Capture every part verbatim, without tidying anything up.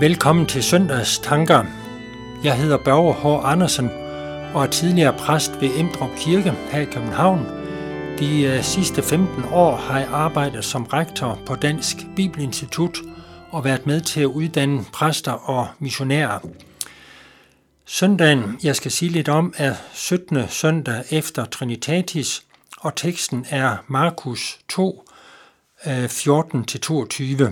Velkommen til Søndags Tanker. Jeg hedder Børge H. Andersen og er tidligere præst ved Emdrup Kirke her i København. De sidste femten år har jeg arbejdet som rektor på Dansk Bibelinstitut og været med til at uddanne præster og missionærer. Søndagen, jeg skal sige lidt om, er syttende søndag efter Trinitatis, og teksten er Markus to, fjorten til toogtyve.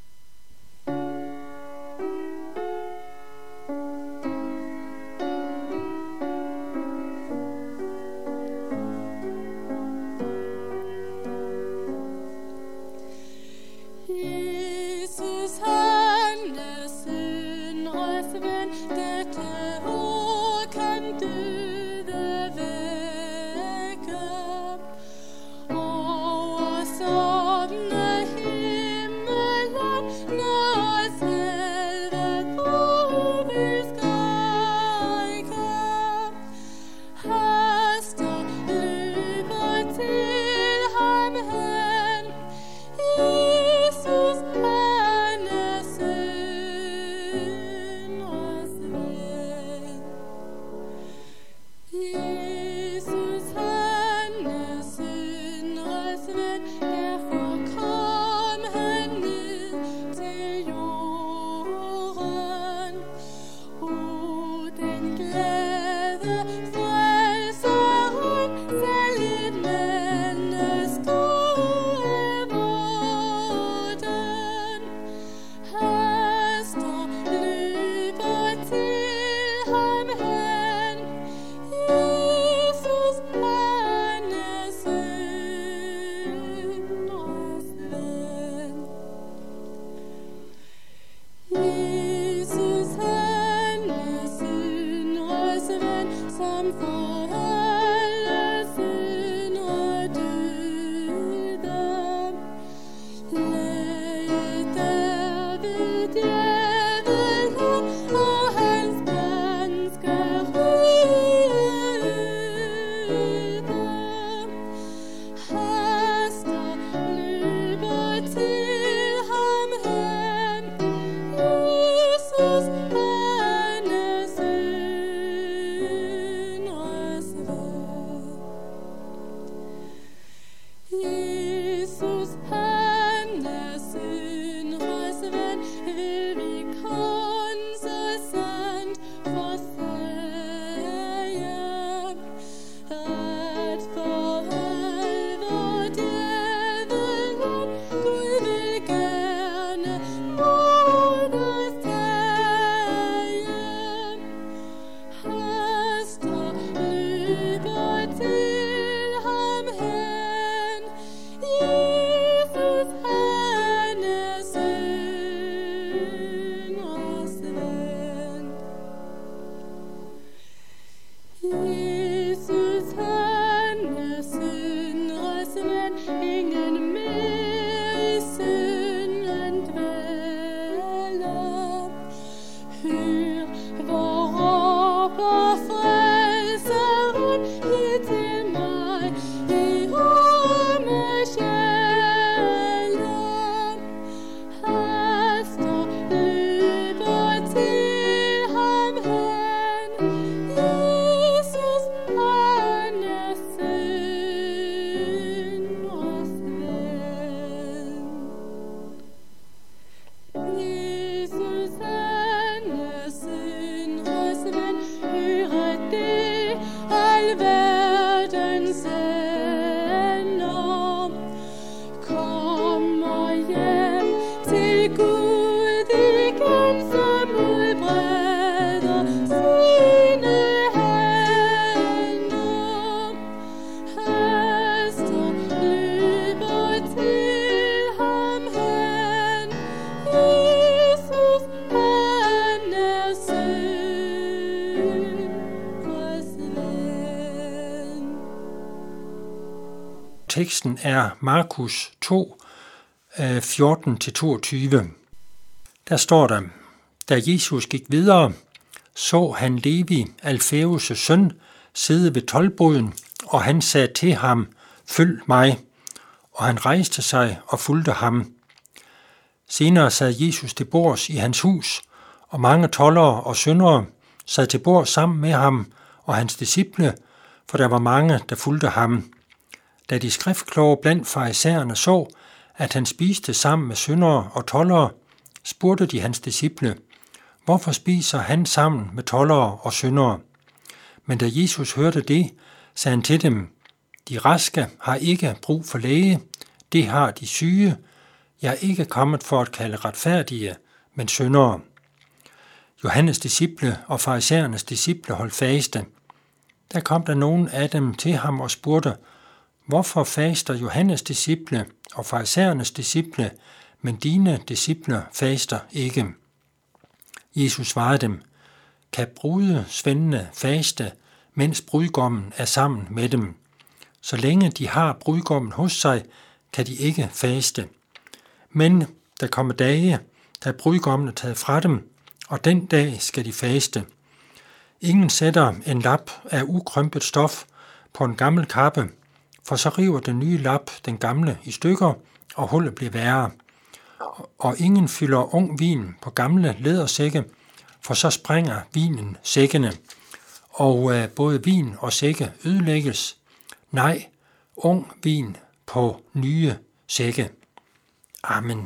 Teksten er Markus to, fjorten til toogtyve. Der står der: Da Jesus gik videre, så han Levi, Alfæus' søn, sidde ved toldboden, og han sagde til ham: Følg mig. Og han rejste sig og fulgte ham. Senere sad Jesus til bords i hans hus, og mange toldere og syndere sad til bord sammen med ham og hans disciple, for der var mange, der fulgte ham. Da de skriftkloge blandt farisæerne så, at han spiste sammen med syndere og toldere, spurgte de hans disciple, hvorfor spiser han sammen med toldere og syndere? Men da Jesus hørte det, sagde han til dem, de raske har ikke brug for læge, det har de syge. Jeg er ikke kommet for at kalde retfærdige, men syndere. Johannes disciple og farisæernes disciple holdt faste. Der kom der nogen af dem til ham og spurgte, hvorfor faster Johannes disciple og farisæernes disciple, men dine disciple faster ikke? Jesus svarede dem, kan brudesvendene faste, mens brudgommen er sammen med dem? Så længe de har brudgommen hos sig, kan de ikke faste. Men der kommer dage, da brudgommen er taget fra dem, og den dag skal de faste. Ingen sætter en lap af ukrømpet stof på en gammel kappe, for så river den nye lap den gamle i stykker, og hullet bliver værre. Og ingen fylder ung vin på gamle lædersække, for så springer vinen sækkene, og øh, både vin og sække ødelægges. Nej, ung vin på nye sække. Amen.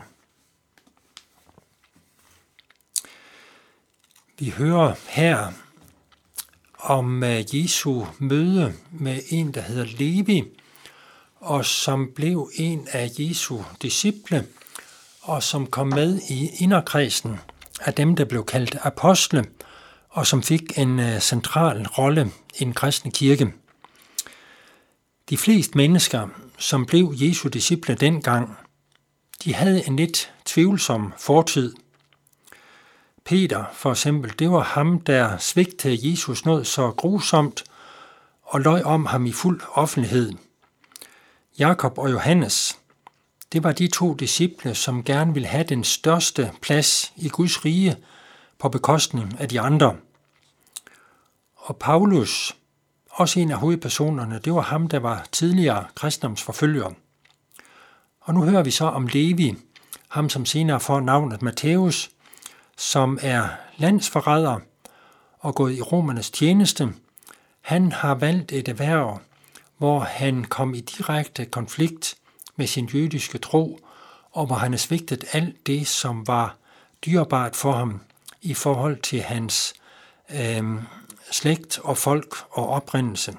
Vi hører her om Jesu møde med en, der hedder Levi, og som blev en af Jesu disciple, og som kom med i inderkredsen af dem, der blev kaldt apostle, og som fik en central rolle i den kristne kirke. De fleste mennesker, som blev Jesu disciple dengang, de havde en lidt tvivlsom fortid. Peter for eksempel, det var ham, der svigtede Jesus noget så grusomt og løj om ham i fuld offentlighed. Jakob og Johannes, det var de to disciple, som gerne ville have den største plads i Guds rige på bekostning af de andre. Og Paulus, også en af hovedpersonerne, det var ham, der var tidligere kristendomsforfølger. Og nu hører vi så om Levi, ham som senere får navnet Matthæus, som er landsforræder og gået i romernes tjeneste. Han har valgt et erhverv, hvor han kom i direkte konflikt med sin jødiske tro, og hvor han har svigtet alt det, som var dyrebart for ham i forhold til hans øh, slægt og folk og oprindelse.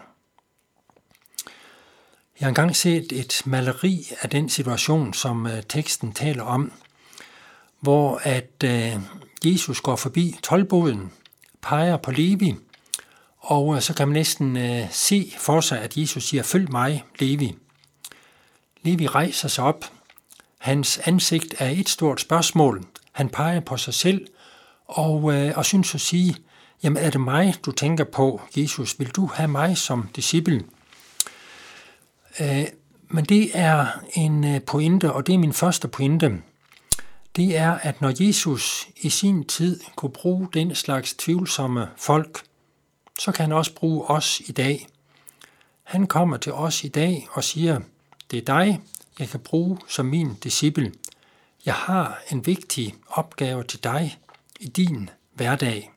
Jeg har engang set et maleri af den situation, som øh, teksten taler om, hvor at øh, Jesus går forbi toldboden, peger på Levi, og øh, så kan man næsten øh, se for sig, at Jesus siger, følg mig, Levi. Levi rejser sig op. Hans ansigt er et stort spørgsmål. Han peger på sig selv, og, øh, og synes at sige, jamen er det mig, du tænker på, Jesus? Vil du have mig som disciple? Øh, men det er en pointe, og det er min første pointe. Det er, at når Jesus i sin tid kunne bruge den slags tvivlsomme folk, så kan han også bruge os i dag. Han kommer til os i dag og siger, det er dig, jeg kan bruge som min disciple. Jeg har en vigtig opgave til dig i din hverdag.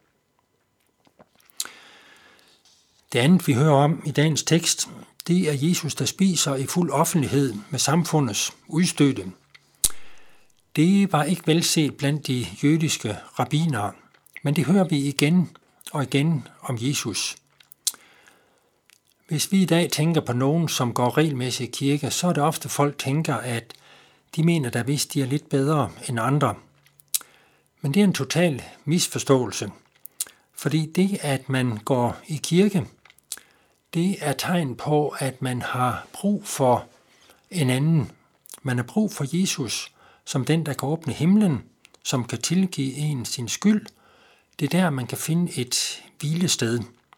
Det andet, vi hører om i dagens tekst, det er Jesus, der spiser i fuld offentlighed med samfundets udstødte. Det var ikke velset blandt de jødiske rabbinere, men det hører vi igen og igen om Jesus. Hvis vi i dag tænker på nogen, som går regelmæssigt i kirke, så er det ofte folk tænker, at de mener, der vist de er lidt bedre end andre. Men det er en total misforståelse, fordi det, at man går i kirke, det er tegn på, at man har brug for en anden. Man har brug for Jesus, som den, der kan åbne himlen, som kan tilgive en sin skyld. Det er der, man kan finde et hvilested.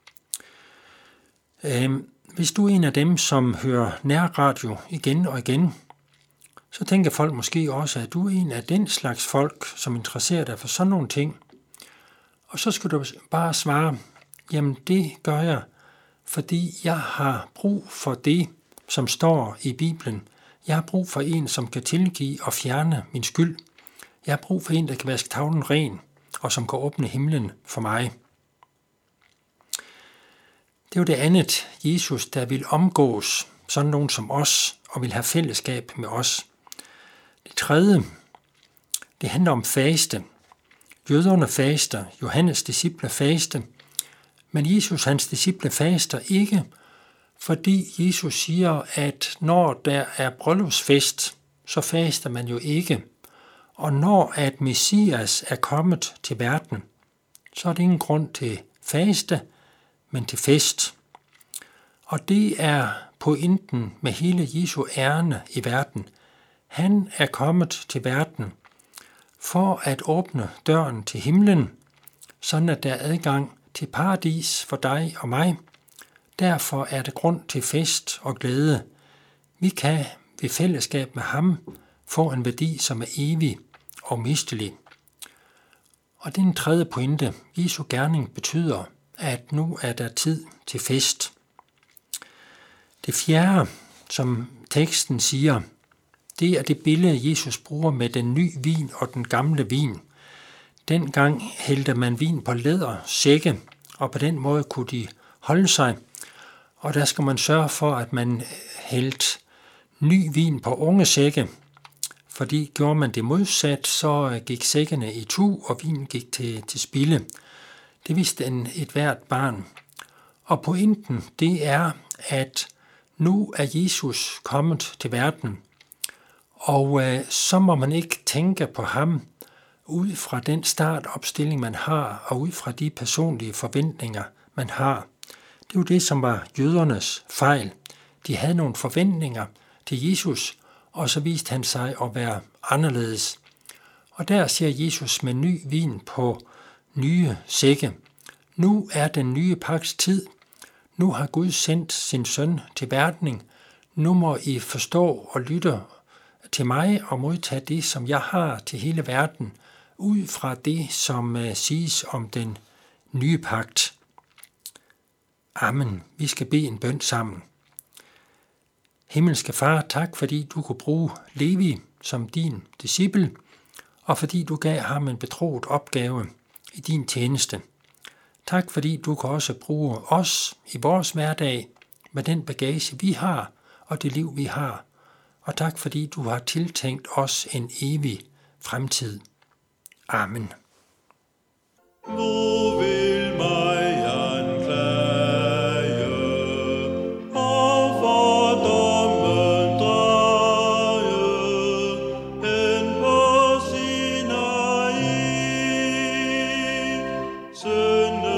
Hvis du er en af dem, som hører nærradio igen og igen, så tænker folk måske også, at du er en af den slags folk, som interesserer dig for sådan nogle ting. Og så skal du bare svare, jamen det gør jeg, fordi jeg har brug for det, som står i Bibelen. Jeg har brug for en, som kan tilgive og fjerne min skyld. Jeg har brug for en, der kan vaske tavlen ren og som kan åbne himlen for mig. Det er jo det andet, Jesus, der vil omgås sådan nogen som os, og vil have fællesskab med os. Det tredje, det handler om faste. Jøderne faster, Johannes disciple faste, men Jesus, hans disciple, faster ikke, fordi Jesus siger, at når der er bryllupsfest, så faster man jo ikke. Og når at Messias er kommet til verden, så er det ingen grund til faste, men til fest. Og det er pointen med hele Jesu ærinde i verden. Han er kommet til verden for at åbne døren til himlen, sådan at der er adgang til paradis for dig og mig. Derfor er det grund til fest og glæde. Vi kan ved fællesskab med ham få en værdi, som er evig og mistelig. Og den tredje pointe, Jesu gerning, betyder, at nu er der tid til fest. Det fjerde, som teksten siger, det er det billede, Jesus bruger med den nye vin og den gamle vin. Dengang hældte man vin på læder, sække, og på den måde kunne de holde sig. Og der skal man sørge for, at man hældte ny vin på unge sække, fordi gjorde man det modsat, så gik sækkene i tu, og vinen gik til, til spilde. Det vidste en, et hvert barn. Og pointen, det er, at nu er Jesus kommet til verden, og øh, så må man ikke tænke på ham ud fra den startopstilling, man har, og ud fra de personlige forventninger, man har. Det er jo det, som var jødernes fejl. De havde nogle forventninger til Jesus, og så viste han sig at være anderledes. Og der siger Jesus med ny vin på nye sække. Nu er den nye pagts tid. Nu har Gud sendt sin søn til verden. Nu må I forstå og lytte til mig og modtage det, som jeg har til hele verden, ud fra det, som uh, siges om den nye pagt. Amen. Vi skal bede en bøn sammen. Himmelske Far, tak fordi du kunne bruge Levi som din disciple, og fordi du gav ham en betroet opgave i din tjeneste. Tak fordi du kan også bruge os i vores hverdag med den bagage, vi har, og det liv, vi har. Og tak fordi du har tiltænkt os en evig fremtid. Amen. Hvor vil mig anklage, og fordommen drage, hen på Sinai, sønne